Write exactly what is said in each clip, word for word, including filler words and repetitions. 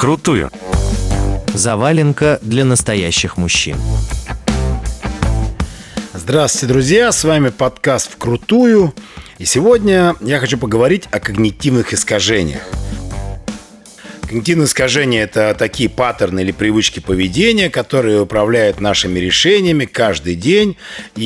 Вкрутую. Заваленка для настоящих мужчин. Здравствуйте, друзья! С вами подкаст «Вкрутую». И сегодня я хочу поговорить о когнитивных искажениях. Когнитивные искажения – это такие паттерны или привычки поведения, которые управляют нашими решениями каждый день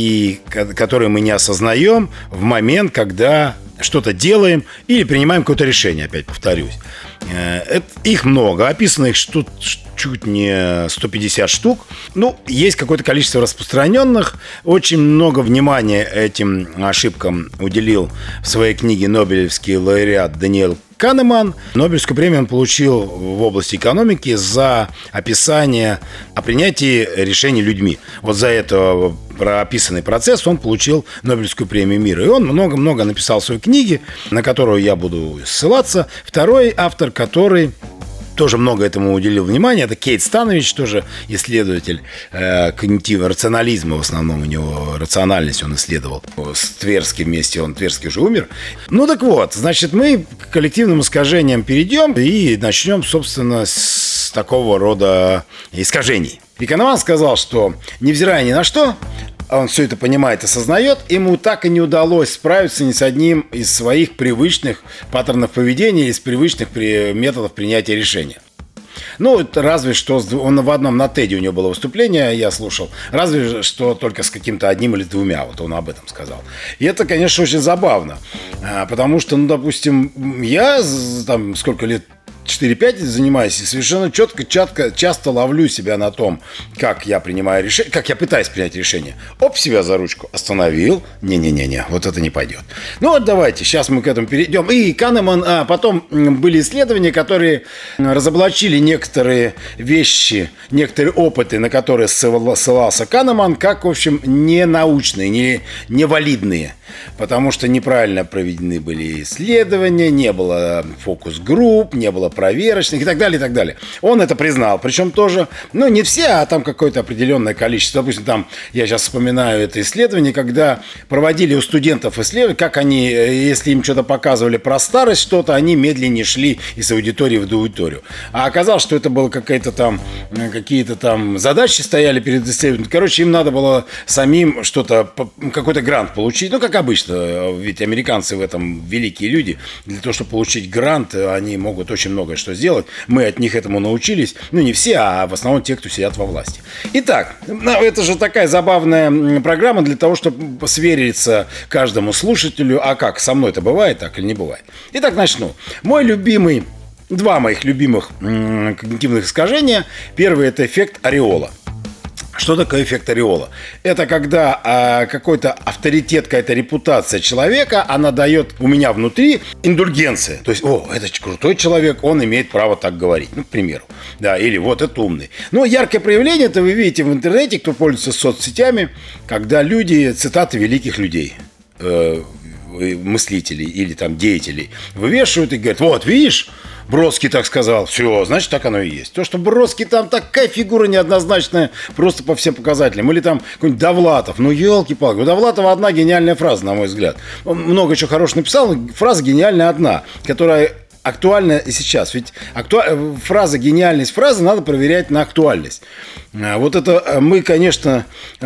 и которые мы не осознаем в момент, когда что-то делаем или принимаем какое-то решение, опять повторюсь. Это, их много, описано их что, чуть не сто пятьдесят штук. Ну, есть какое-то количество распространенных. Очень много внимания этим ошибкам уделил в своей книге нобелевский лауреат Даниэль Канеман. Нобелевскую премию он получил в области экономики за описание о принятии решений людьми. Вот за это прописанный процесс он получил Нобелевскую премию мира. И он много-много написал в своей книге, на которую я буду ссылаться. Второй автор, который тоже много этому уделил внимания, это Кейт Станович, тоже исследователь э, когнитивного рационализма, в основном у него рациональность он исследовал. С Тверски вместе, он Тверский уже умер. Ну так вот, значит, мы к коллективным искажениям перейдем и начнем, собственно, с такого рода искажений. И Канеман сказал, что невзирая ни на что, он все это понимает и осознает, ему так и не удалось справиться ни с одним из своих привычных паттернов поведения, из привычных методов принятия решения. Ну, это разве что, он в одном на Теди у него было выступление, я слушал, разве что только с каким-то одним или двумя, вот он об этом сказал. И это, конечно, очень забавно, потому что, ну, допустим, я там сколько лет, четыре-пять занимаюсь и совершенно четко, четко, часто ловлю себя на том, как я принимаю решение, как я пытаюсь принять решение. Оп, себя за ручку остановил. Не-не-не-не, вот это не пойдет. Ну вот давайте, сейчас мы к этому перейдем. И Канеман, а потом были исследования, которые разоблачили некоторые вещи, некоторые опыты, на которые ссылался Канеман, как, в общем, не научные, не, не валидные. Потому что неправильно проведены были исследования, не было фокус-групп, не было проверочных и так далее, и так далее. Он это признал. Причем тоже, ну, не все, а там какое-то определенное количество. Допустим, там, я сейчас вспоминаю это исследование, когда проводили у студентов исследования, как они, если им что-то показывали про старость, что-то, они медленнее шли из аудитории в аудиторию. А оказалось, что это было какая-то там, какие-то там задачи стояли перед исследованием. Короче, им надо было самим что-то, какой-то грант получить. Ну, как обычно, ведь американцы в этом великие люди. Для того, чтобы получить грант, они могут очень много что сделать. Мы от них этому научились. Ну, не все, а в основном те, кто сидят во власти. Итак, это же такая забавная программа для того, чтобы свериться каждому слушателю. А как, со мной это бывает так или не бывает? Итак, начну. Мой любимый, два моих любимых когнитивных искажения. Первый – это эффект ореола. Что такое эффект ореола? Это когда а, какой-то авторитет, какая-то репутация человека, она дает у меня внутри индульгенции. То есть, о, это крутой человек, он имеет право так говорить. Ну, к примеру. Да, или вот это умный. Но яркое проявление это вы видите в интернете, кто пользуется соцсетями, когда люди, цитаты великих людей, э, мыслителей или там деятелей, вывешивают и говорят, вот, видишь, Бродский так сказал, все, значит, так оно и есть. То, что Бродский там такая фигура неоднозначная, просто по всем показателям. Или там какой-нибудь Довлатов, ну, елки-палки. У Довлатова одна гениальная фраза, на мой взгляд. Он много чего хорошего написал, но фраза гениальная одна, которая актуальна и сейчас. Ведь акту... фраза «гениальность» фразы надо проверять на актуальность. Вот это мы, конечно,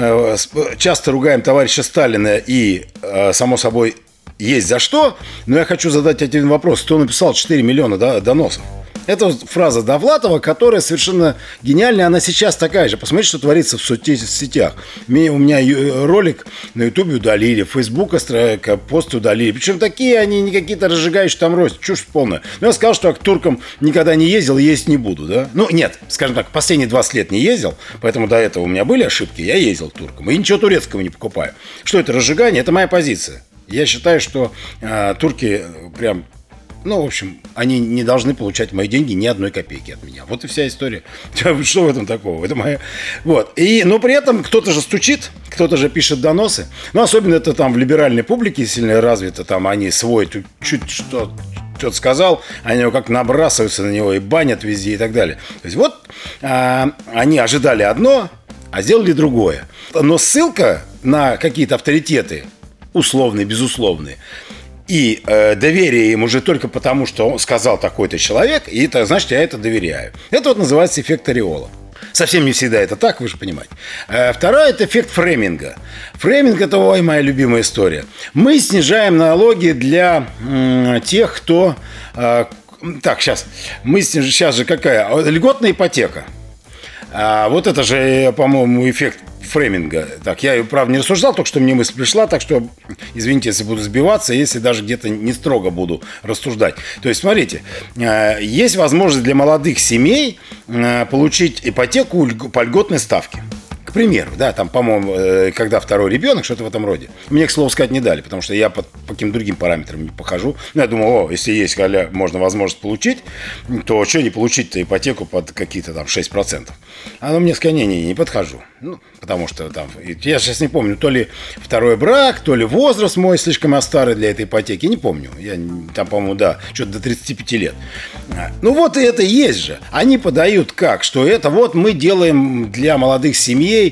часто ругаем товарища Сталина и, само собой, есть за что, но я хочу задать один вопрос. Кто написал четыре миллиона доносов? Это фраза Довлатова, которая совершенно гениальная. Она сейчас такая же. Посмотрите, что творится в соцсетях. У меня ролик на Ютубе удалили, в Фейсбуке пост удалили. Причем такие они не какие-то разжигающие там рост. Чушь полная. Но я сказал, что я к туркам никогда не ездил и есть не буду. Да? Ну, нет, скажем так, последние двадцать лет не ездил. Поэтому до этого у меня были ошибки. Я ездил к туркам. И ничего турецкого не покупаю. Что это, разжигание? Это моя позиция. Я считаю, что э, турки прям, ну, в общем, они не должны получать мои деньги ни одной копейки от меня. Вот и вся история. Что в этом такого? Это моя... Вот. И, но при этом кто-то же стучит, кто-то же пишет доносы. Ну, особенно это там в либеральной публике сильно развито. Там они свой чуть что... что-то сказал, они его как набрасываются на него и банят везде и так далее. То есть вот э, они ожидали одно, а сделали другое. Но ссылка на какие-то авторитеты, условные, безусловные, И э, доверие ему уже только потому, что он сказал такой-то человек, и это значит, я это доверяю. Это вот называется эффект ореола. Совсем не всегда это так, вы же понимаете. Второй – это эффект фрейминга. Фрейминг – это, ой, моя любимая история. Мы снижаем налоги для м, тех, кто… Э, так, сейчас. Мы сниж... Сейчас же какая? Льготная ипотека. А вот это же, по-моему, эффект фрейминга. Так, я, правда, не рассуждал, только что мне мысль пришла, так что, извините, если буду сбиваться, если даже где-то не строго буду рассуждать. То есть, смотрите, есть возможность для молодых семей получить ипотеку по льготной ставке. К примеру, да, там, по-моему, когда второй ребенок, что-то в этом роде. Мне, к слову сказать, не дали, потому что я по, по каким-то другим параметрам не похожу. Ну, я думал, о, если есть, когда можно возможность получить, то что не получить-то ипотеку под какие-то там шесть процентов? А ну, мне сказали, не-не, не подхожу. Ну, потому что там, я сейчас не помню, то ли второй брак, то ли возраст мой слишком старый для этой ипотеки, не помню. Я там, по-моему, да, что-то до тридцати пяти лет. Ну, вот и это есть же. Они подают как? Что это вот мы делаем для молодых семей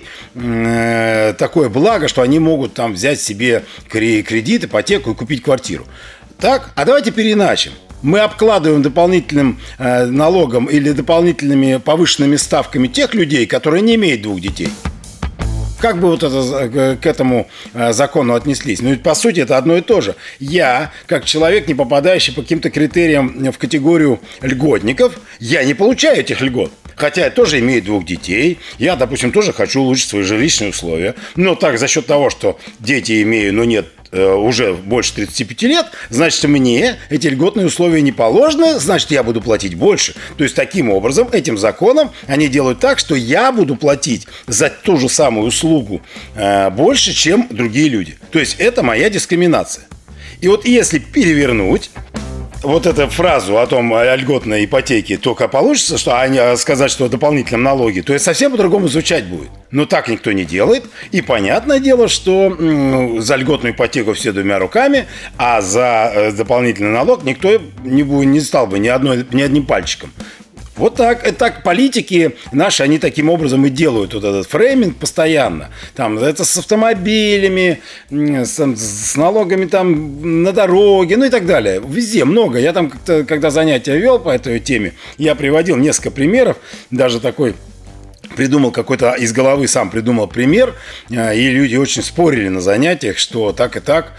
такое благо, что они могут там взять себе кредит, ипотеку и купить квартиру. Так? А давайте переиначим. Мы обкладываем дополнительным э, налогом или дополнительными повышенными ставками тех людей, которые не имеют двух детей. Как бы вот это, к этому закону отнеслись? Ну, ведь по сути это одно и то же. Я, как человек, не попадающий по каким-то критериям в категорию льготников, я не получаю этих льгот. Хотя я тоже имею двух детей, я, допустим, тоже хочу улучшить свои жилищные условия. Но так, за счет того, что дети имею, но нет уже больше тридцати пяти лет, значит, мне эти льготные условия не положены, значит, я буду платить больше. То есть, таким образом, этим законом они делают так, что я буду платить за ту же самую услугу э, больше, чем другие люди. То есть, это моя дискриминация. И вот если перевернуть вот эту фразу о том, о льготной ипотеке, только получится, что они сказать, что о дополнительном налоге, то это совсем по-другому звучать будет. Но так никто не делает. И понятное дело, что м, за льготную ипотеку все двумя руками, а за э, дополнительный налог никто не, не стал бы ни, одной, ни одним пальчиком. Вот так, и так политики наши, они таким образом и делают вот этот фрейминг постоянно. Там, это с автомобилями, с, с налогами там на дороге, ну и так далее. Везде много. Я там, как-то, когда занятия вел по этой теме, я приводил несколько примеров, даже такой... Придумал какой-то из головы, сам придумал пример, и люди очень спорили на занятиях, что так и так,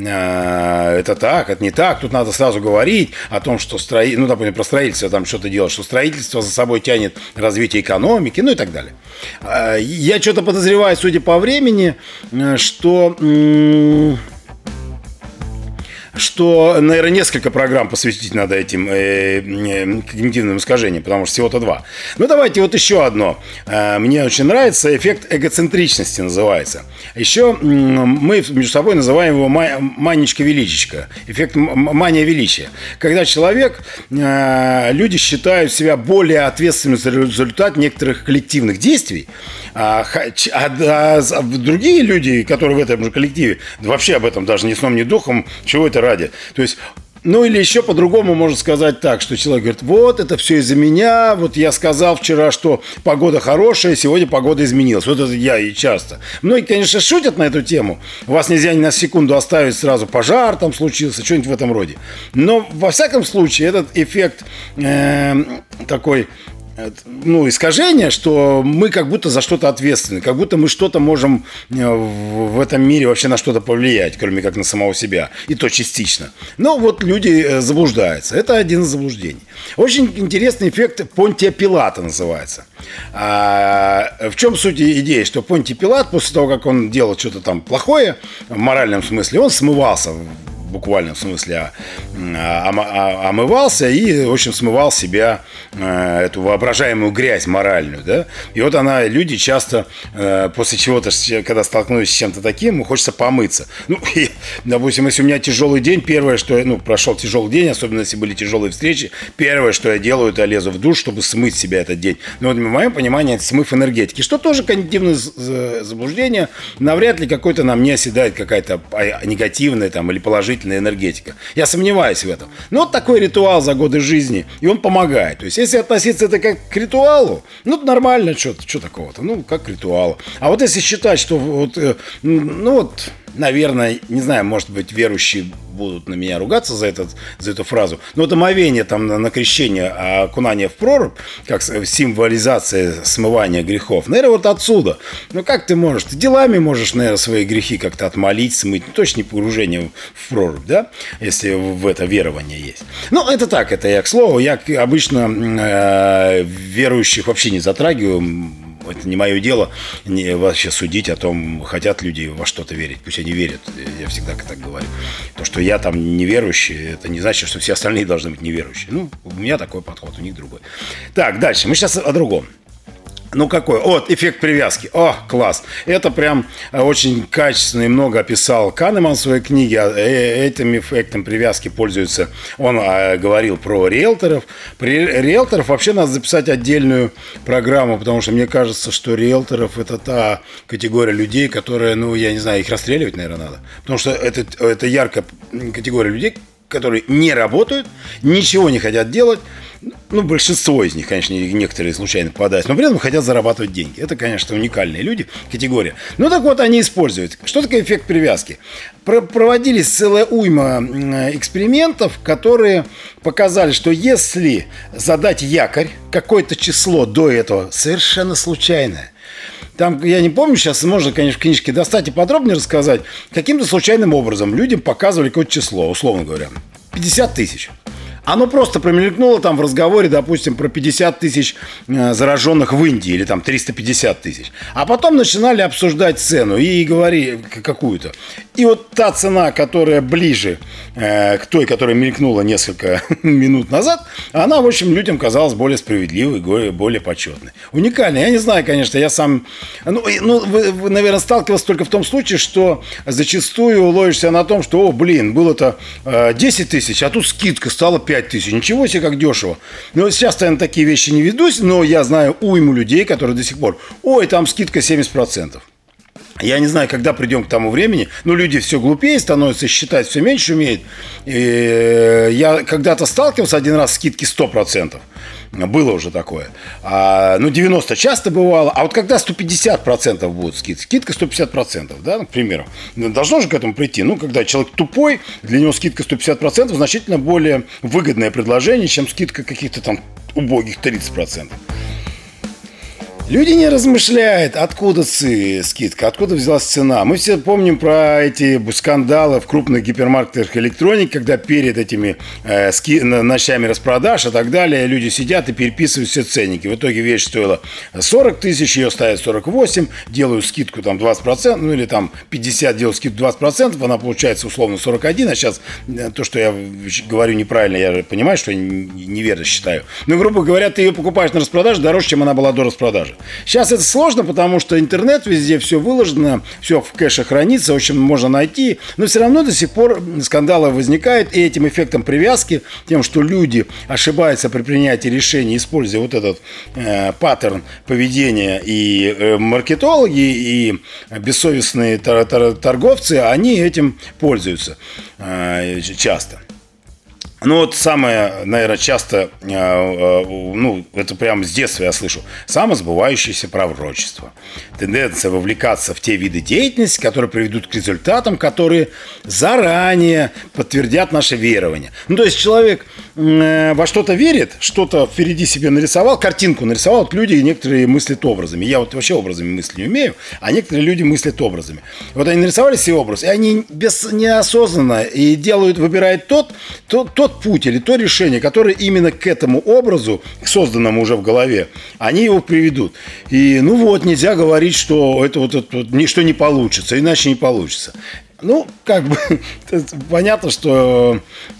это так, это не так. Тут надо сразу говорить о том, что строи... ну, допустим, про строительство там что-то делать, что строительство за собой тянет развитие экономики, ну и так далее. Я что-то подозреваю, судя по времени, что... что, наверное, несколько программ посвятить надо этим э, э, когнитивным искажениям, потому что всего-то два. Ну, давайте вот еще одно. Э, мне очень нравится, эффект эгоцентричности называется. Еще э, мы между собой называем его манечка-величечка. Эффект мания величия. Когда человек, э, люди считают себя более ответственными за результат некоторых коллективных действий, а, а, а другие люди, которые в этом же коллективе, вообще об этом даже ни сном, ни духом, чего это ради. То есть, ну или еще по-другому можно сказать так, что человек говорит, вот это все из-за меня, вот я сказал вчера, что погода хорошая, сегодня погода изменилась. Вот это я и часто. Многие, конечно, шутят на эту тему. Вас нельзя ни на секунду оставить сразу, пожар там случился, что-нибудь в этом роде. Но во всяком случае этот эффект э, такой... ну, искажение, что мы как будто за что-то ответственны, как будто мы что-то можем в этом мире вообще на что-то повлиять, кроме как на самого себя, и то частично. Но вот люди заблуждаются. Это один из заблуждений. Очень интересный эффект Понтия Пилата называется. А в чем суть идеи? Что Понтий Пилат, после того, как он делал что-то там плохое, в моральном смысле, он смывался в буквальном смысле омывался и, в общем, смывал с себя эту воображаемую грязь моральную, да, и вот она, люди часто после чего-то, когда столкнулись с чем-то таким, хочется помыться. Ну, и, допустим, если у меня тяжелый день, первое, что я, ну, прошел тяжелый день, особенно если были тяжелые встречи, первое, что я делаю, это я лезу в душ, чтобы смыть с себя этот день. Но вот, в моем понимании, это смыв энергетики, что тоже когнитивное заблуждение, навряд ли какой-то на мне оседает какая-то негативная там или положительная энергетика. Я сомневаюсь в этом. Но вот такой ритуал за годы жизни, и он помогает. То есть, если относиться это как к ритуалу, ну, это нормально, что такого-то, ну, как к ритуалу. А вот если считать, что вот, ну, вот, наверное, не знаю, может быть, верующие будут на меня ругаться за, этот, за эту фразу, но это омовение там на, на крещение, а окунание в прорубь, как символизация смывания грехов, наверное, вот отсюда. Ну, как ты можешь? Ты делами можешь, наверное, свои грехи как-то отмолить, смыть. Ну, точно не погружение в прорубь, да, если в это верование есть. Ну, это так, это я к слову. Я обычно э, верующих вообще не затрагиваю. Это не мое дело не, вообще судить о том, хотят люди во что-то верить. Пусть они верят. Я всегда так говорю. То, что я там неверующий, это не значит, что все остальные должны быть неверующие. Ну, у меня такой подход, у них другой. Так, дальше. Мы сейчас о другом. Ну, какой? Вот, эффект привязки. О, класс. Это прям очень качественно и много описал Канеман в своей книге. Этим эффектом привязки пользуется. Он а, говорил про риэлторов. При риэлторов вообще надо записать отдельную программу, потому что мне кажется, что риэлторов это та категория людей, которая, ну, я не знаю, их расстреливать, наверное, надо. Потому что это, это яркая категория людей, которые не работают, ничего не хотят делать. Ну, большинство из них, конечно, некоторые случайно попадаются, но при этом хотят зарабатывать деньги. Это, конечно, уникальные люди, категория. Ну, так вот, они используют. Что такое эффект привязки? Проводились целая уйма экспериментов, которые показали, что если задать якорь, какое-то число до этого совершенно случайное, там, я не помню, сейчас можно, конечно, в книжке достать и подробнее рассказать, каким-то случайным образом людям показывали какое-то число, условно говоря, пятьдесят тысяч. Оно просто промелькнуло там в разговоре, допустим, про пятьдесят тысяч зараженных в Индии или там триста пятьдесят тысяч. А потом начинали обсуждать цену и говорили какую-то. И вот та цена, которая ближе э, к той, которая мелькнула несколько минут назад, она, в общем, людям казалась более справедливой, более почетной. Уникально. Я не знаю, конечно, я сам... Ну, ну вы, вы, наверное, сталкивался только в том случае, что зачастую ловишься на том, что, о, блин, было-то э, десять тысяч, а тут скидка стала пять тысяч. Ничего себе, как дешево. Ну, сейчас я на такие вещи не ведусь, но я знаю уйму людей, которые до сих пор, ой, там скидка семьдесят процентов. Я не знаю, когда придем к тому времени, но люди все глупее становятся, считать все меньше умеют. И я когда-то сталкивался один раз с скидки сто процентов. Было уже такое. А, ну, девяносто часто бывало. А вот когда сто пятьдесят процентов будет скидка, скидка сто пятьдесят процентов, да, к примеру. Должно же к этому прийти. Ну, когда человек тупой, для него скидка сто пятьдесят процентов значительно более выгодное предложение, чем скидка каких-то там убогих тридцать процентов. Люди не размышляют, откуда скидка, откуда взялась цена. Мы все помним про эти скандалы в крупных гипермаркетах электроники, когда перед этими э, ски, ночами распродаж и так далее люди сидят и переписывают все ценники. В итоге вещь стоила сорок тысяч, ее ставят сорок восемь, делают скидку там двадцать процентов, ну или там пятьдесят, делают скидку двадцать процентов, она получается условно сорок один, а сейчас то, что я говорю неправильно, я понимаю, что я неверно считаю. Но, грубо говоря, ты ее покупаешь на распродаже дороже, чем она была до распродажи. Сейчас это сложно, потому что интернет везде, все выложено, все в кэше хранится, в общем, можно найти. Но все равно до сих пор скандалы возникают, и этим эффектом привязки, тем, что люди ошибаются при принятии решений, используя вот этот э, паттерн поведения, и э, маркетологи, и бессовестные тор- тор- торговцы, они этим пользуются э, часто. Ну, вот самое, наверное, часто, э, э, ну, это прямо с детства я слышу, самосбывающееся пророчество. Тенденция вовлекаться в те виды деятельности, которые приведут к результатам, которые заранее подтвердят наше верование. Ну, то есть человек э, во что-то верит, что-то впереди себе нарисовал, картинку нарисовал. Вот люди некоторые мыслят образами. Я вот вообще образами мыслить не умею, а некоторые люди мыслят образами. Вот они нарисовали себе образ, и они без, неосознанно и делают, выбирают тот, тот, тот путь или то решение, которое именно к этому образу, к созданному уже в голове, они его приведут. И ну вот, нельзя говорить, что это вот, это, вот, что не получится, иначе не получится. Ну, как бы, понятно, что,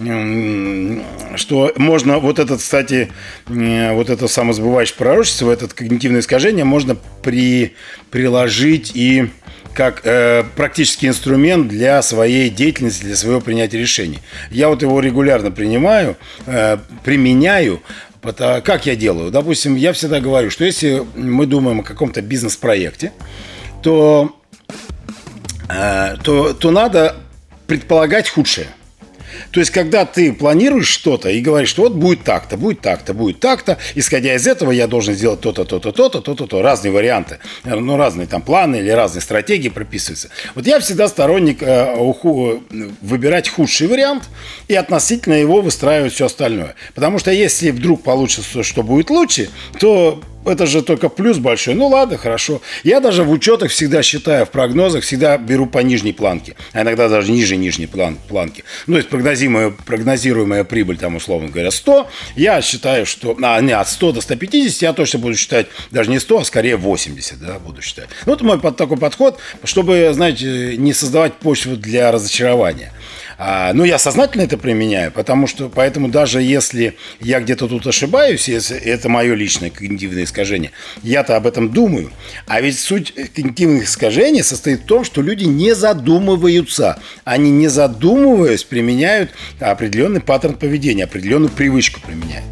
что можно вот этот, кстати, вот это самосбывающее пророчество, это когнитивное искажение можно при, приложить и как э, практический инструмент для своей деятельности, для своего принятия решений. Я вот его регулярно принимаю, э, применяю. Потому, как я делаю? Допустим, я всегда говорю, что если мы думаем о каком-то бизнес-проекте, то, э, то, то надо предполагать худшее. То есть, когда ты планируешь что-то и говоришь, что вот будет так-то, будет так-то, будет так-то, исходя из этого я должен сделать то-то, то-то, то-то, то-то, то, разные варианты, ну, разные там планы или разные стратегии прописываются. Вот я всегда сторонник э, уху, выбирать худший вариант и относительно его выстраивать все остальное. Потому что если вдруг получится, что будет лучше, то это же только плюс большой. Ну ладно, хорошо. Я даже в учетах всегда считаю, в прогнозах всегда беру по нижней планке, а иногда даже ниже нижней план, планки. Ну, то есть прогнозируемая, прогнозируемая прибыль, там, условно говоря, сто. Я считаю, что а, не, от ста до ста пятидесяти я точно буду считать даже не сто, а скорее восемьдесят, да, буду считать. Ну, это мой под, такой подход, чтобы, знаете, не создавать почву для разочарования. А, ну, я сознательно это применяю, потому что, поэтому даже если я где-то тут ошибаюсь, если это мое личное когнитивное искажение, я-то об этом думаю. А ведь суть когнитивных искажений состоит в том, что люди не задумываются. Они, не задумываясь, применяют определенный паттерн поведения, определенную привычку применяют.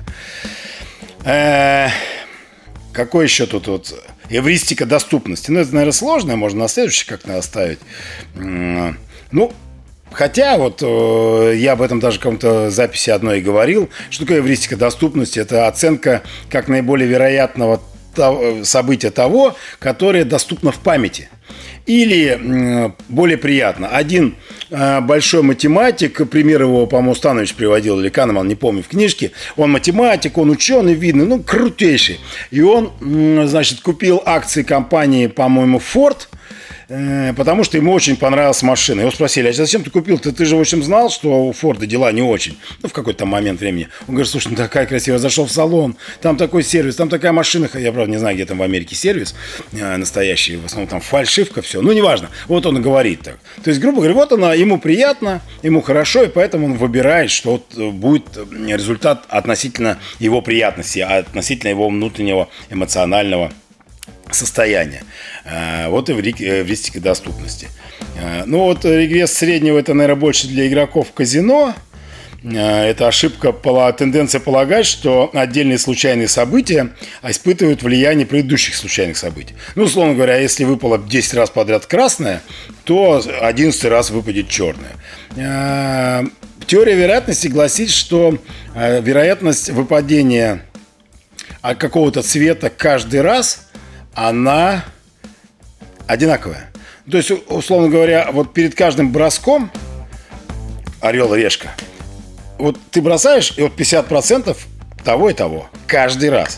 Э-э- какой еще тут вот... Эвристика доступности. Ну, это, наверное, сложно, можно на следующий как-то оставить. Ну... Хотя вот э, я об этом даже в каком-то записи одной и говорил, что такое эвристика доступности. Это оценка как наиболее вероятного того, события того, которое доступно в памяти. Или э, более приятно. Один э, большой математик, пример его, по-моему, Станович приводил, или Канеман, не помню, в книжке. Он математик, он ученый, видно, ну, крутейший. И он, э, значит, купил акции компании, по-моему, Ford, потому что ему очень понравилась машина. Его спросили, а зачем ты купил-то? Ты же, в общем, знал, что у Форда дела не очень. Ну, в какой-то момент времени. Он говорит, слушай, ну такая красивая. Зашел в салон, там такой сервис, там такая машина. Я, правда, не знаю, где там в Америке сервис настоящий. В основном там фальшивка, все. Ну, неважно. Вот он и говорит так. То есть, грубо говоря, вот она, ему приятно, ему хорошо, и поэтому он выбирает, что вот будет результат относительно его приятности, относительно его внутреннего эмоционального состояние. Вот эвристика доступности. Ну вот регресс среднего, это, наверное, больше для игроков в казино. Это ошибка, тенденция полагать, что отдельные случайные события испытывают влияние предыдущих случайных событий. Ну, условно говоря, если выпало десять раз подряд красное, то одиннадцатый раз выпадет черное. Теория вероятности гласит, что вероятность выпадения какого-то цвета каждый раз она одинаковая. То есть, условно говоря, вот перед каждым броском орел-решка, вот ты бросаешь, и вот пятьдесят процентов того и того. Каждый раз.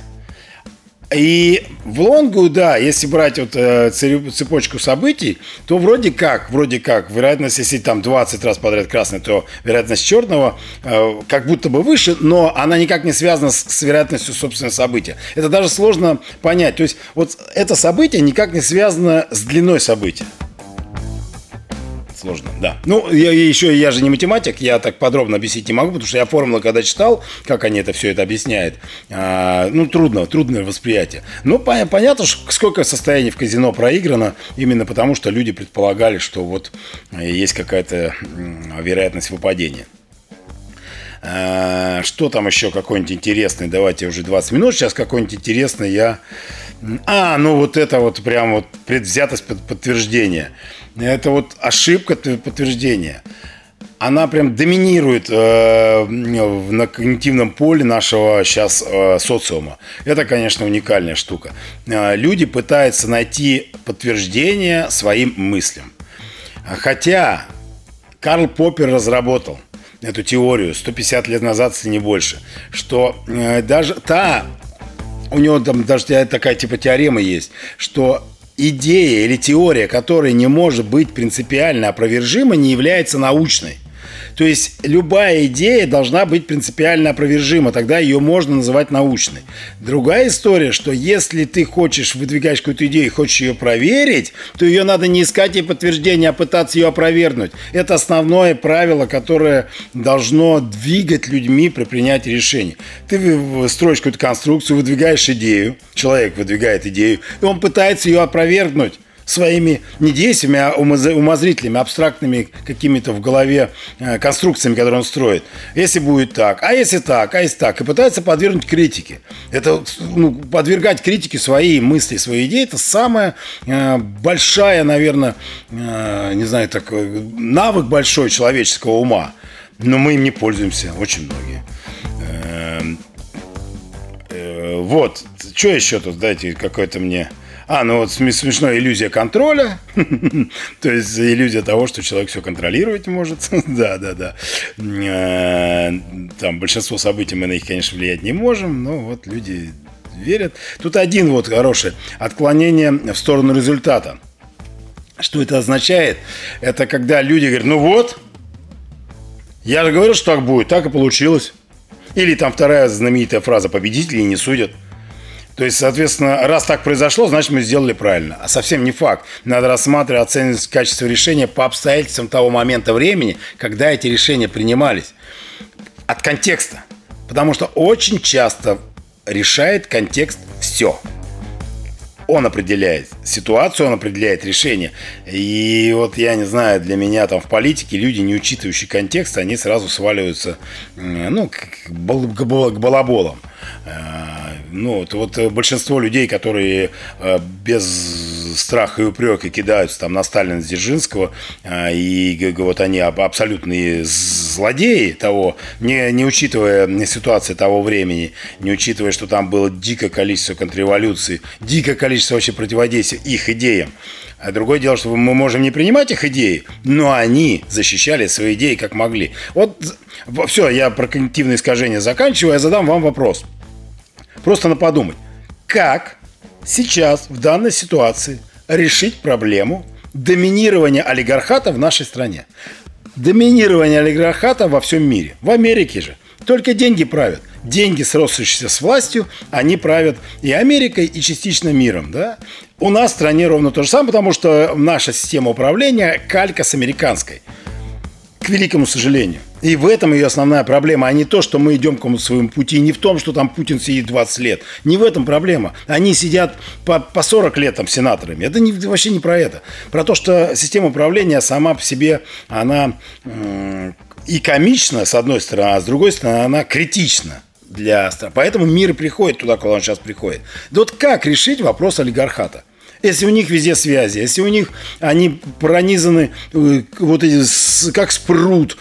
И в лонгу, да, если брать вот э, цепочку событий, то вроде как, вроде как, вероятность, если там двадцать раз подряд красный, то вероятность черного э, как будто бы выше, но она никак не связана с, с вероятностью собственного события. Это даже сложно понять. То есть вот это событие никак не связано с длиной события. Сложно, да. Ну, я еще, я же не математик, я так подробно объяснить не могу, потому что я формулы, когда читал, как они это все это объясняют, а, ну, трудно, трудное восприятие. Но по- понятно, сколько состояний в казино проиграно, именно потому, что люди предполагали, что вот есть какая-то вероятность выпадения. А, что там еще какой-нибудь интересный? Давайте уже двадцать минут, сейчас какой-нибудь интересный я... А, ну вот это вот прям вот предвзятость подтверждения. Это вот ошибка подтверждения. Она прям доминирует э, на когнитивном поле нашего сейчас э, социума. Это, конечно, уникальная штука. Э, люди пытаются найти подтверждение своим мыслям. Хотя Карл Поппер разработал эту теорию сто пятьдесят лет назад, если не больше, что э, даже та... У него там даже такая типа теорема есть, что идея или теория, которая не может быть принципиально опровержима, не является научной. То есть любая идея должна быть принципиально опровержима, тогда ее можно называть научной. Другая история, что если ты хочешь, выдвигаешь какую-то идею и хочешь ее проверить, то ее надо не искать ей подтверждения, а пытаться ее опровергнуть. Это основное правило, которое должно двигать людьми при принятии решений. Ты строишь какую-то конструкцию, выдвигаешь идею, человек выдвигает идею, и он пытается ее опровергнуть своими не действиями, а умозрительными, абстрактными какими-то в голове конструкциями, которые он строит. Если будет так, а если так, а если так. И пытается подвергнуть критике. Это, ну, подвергать критике свои мысли, свои идеи, это самая э, большая, наверное, э, не знаю, такой навык большой человеческого ума. но мы им не пользуемся, очень многие. Вот, что еще тут, дайте какой-то мне... А, ну вот смешно, иллюзия контроля, то есть иллюзия того, что человек все контролировать может, да, да, да. Там большинство событий мы на них, конечно, влиять не можем, но вот люди верят. Тут один вот хороший, отклонение в сторону результата. Что это означает? Это когда люди говорят, ну вот, я же говорил, что так будет, так и получилось. Или там вторая знаменитая фраза, победители не судят. То есть, соответственно, раз так произошло, значит, мы сделали правильно. А совсем не факт. Надо рассматривать, оценивать качество решения по обстоятельствам того момента времени, когда эти решения принимались. От контекста. Потому что очень часто решает контекст все. Он определяет ситуацию, он определяет решение. И вот я не знаю, для меня там в политике люди, не учитывающие контекст, они сразу сваливаются, ну, к балаболам. Ну, вот, вот большинство людей, которые без страха и упрека кидаются там на Сталина, Дзержинского, и вот они абсолютные злодеи того, не, не учитывая ситуации того времени, не учитывая, что там было дикое количество контрреволюций, дикое количество вообще противодействия их идеям. А другое дело, что мы можем не принимать их идеи, но они защищали свои идеи как могли. Вот все, я про когнитивные искажения заканчиваю, я задам вам вопрос. Просто на подумать, как сейчас в данной ситуации решить проблему доминирования олигархата в нашей стране? Доминирование олигархата во всем мире. В Америке же только деньги правят. Деньги, сросшиеся с властью, они правят и Америкой, и частично миром. Да? У нас в стране ровно то же самое, потому что наша система управления калька с американской. К великому сожалению. И в этом ее основная проблема, а не то, что мы идем к своему пути, не в том, что там Путин сидит двадцать лет. Не в этом проблема. Они сидят по, по сорок лет там сенаторами. Это не, вообще не про это. Про то, что система управления сама по себе, она м- и комична, с одной стороны, а с другой стороны, она критична для страны. Поэтому мир и приходит туда, куда он сейчас приходит. Да вот как решить вопрос олигархата? Если у них везде связи, если у них они пронизаны вот эти, как спрут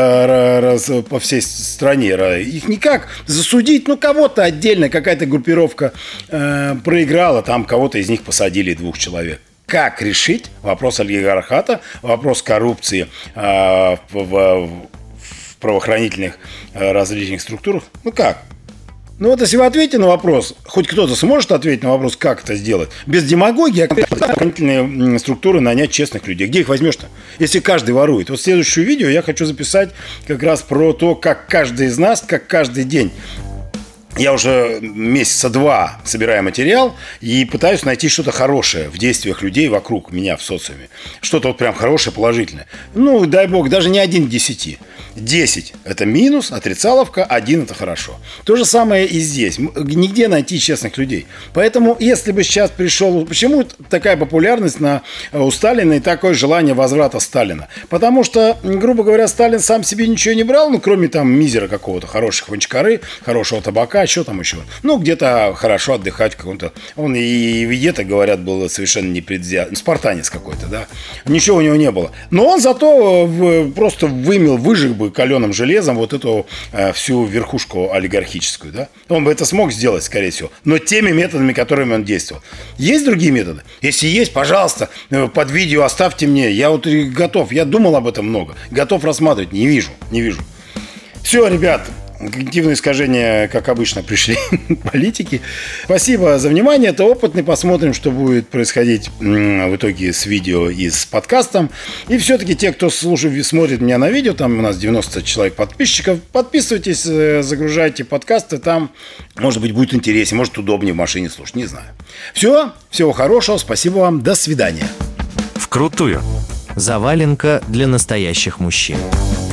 по всей стране, их никак засудить, ну кого-то отдельно, какая-то группировка э, проиграла, там кого-то из них посадили, двух человек. Как решить вопрос олигархата, вопрос коррупции э, в, в, в правоохранительных э, различных структурах? Ну как? Ну вот если вы ответите на вопрос, хоть кто-то сможет ответить на вопрос, как это сделать, без демагогии, а правоохранительные структуры нанять честных людей. Где их возьмешь-то, если каждый ворует? Вот следующее видео я хочу записать как раз про то, как каждый из нас, как каждый день. Я уже месяца два собираю материал и пытаюсь найти что-то хорошее в действиях людей вокруг меня в социуме. Что-то вот прям хорошее, положительное. Ну, дай бог, даже не один к десяти. десять – это минус, отрицаловка, один – это хорошо. То же самое и здесь. Нигде найти честных людей. Поэтому, если бы сейчас пришел... Почему такая популярность на, у Сталина и такое желание возврата Сталина? Потому что, грубо говоря, Сталин сам себе ничего не брал, ну, кроме там мизера какого-то, хороших вончкары, хорошего табака, что там еще? Ну, где-то хорошо отдыхать в каком-то... Он и в еде-то, говорят, был совершенно непредвзят. Спартанец какой-то, да. Ничего у него не было. Но он зато просто вымел, выжег бы каленым железом вот эту э, всю верхушку олигархическую, да. Он бы это смог сделать, скорее всего. Но теми методами, которыми он действовал. Есть другие методы? Если есть, пожалуйста, под видео оставьте мне. Я вот готов. Я думал об этом много. Готов рассматривать. Не вижу. Не вижу. Все, ребят. Когнитивные искажения, как обычно, пришли политики. Спасибо за внимание. Это опытный. Посмотрим, что будет происходить в итоге с видео и с подкастом. И все-таки те, кто слушает, смотрит меня на видео, там у нас девяносто человек подписчиков, подписывайтесь, загружайте подкасты. Там, может быть, будет интереснее, может, удобнее в машине слушать. Не знаю. Все. Всего хорошего. Спасибо вам. До свидания. Вкрутую. Заваленка для настоящих мужчин.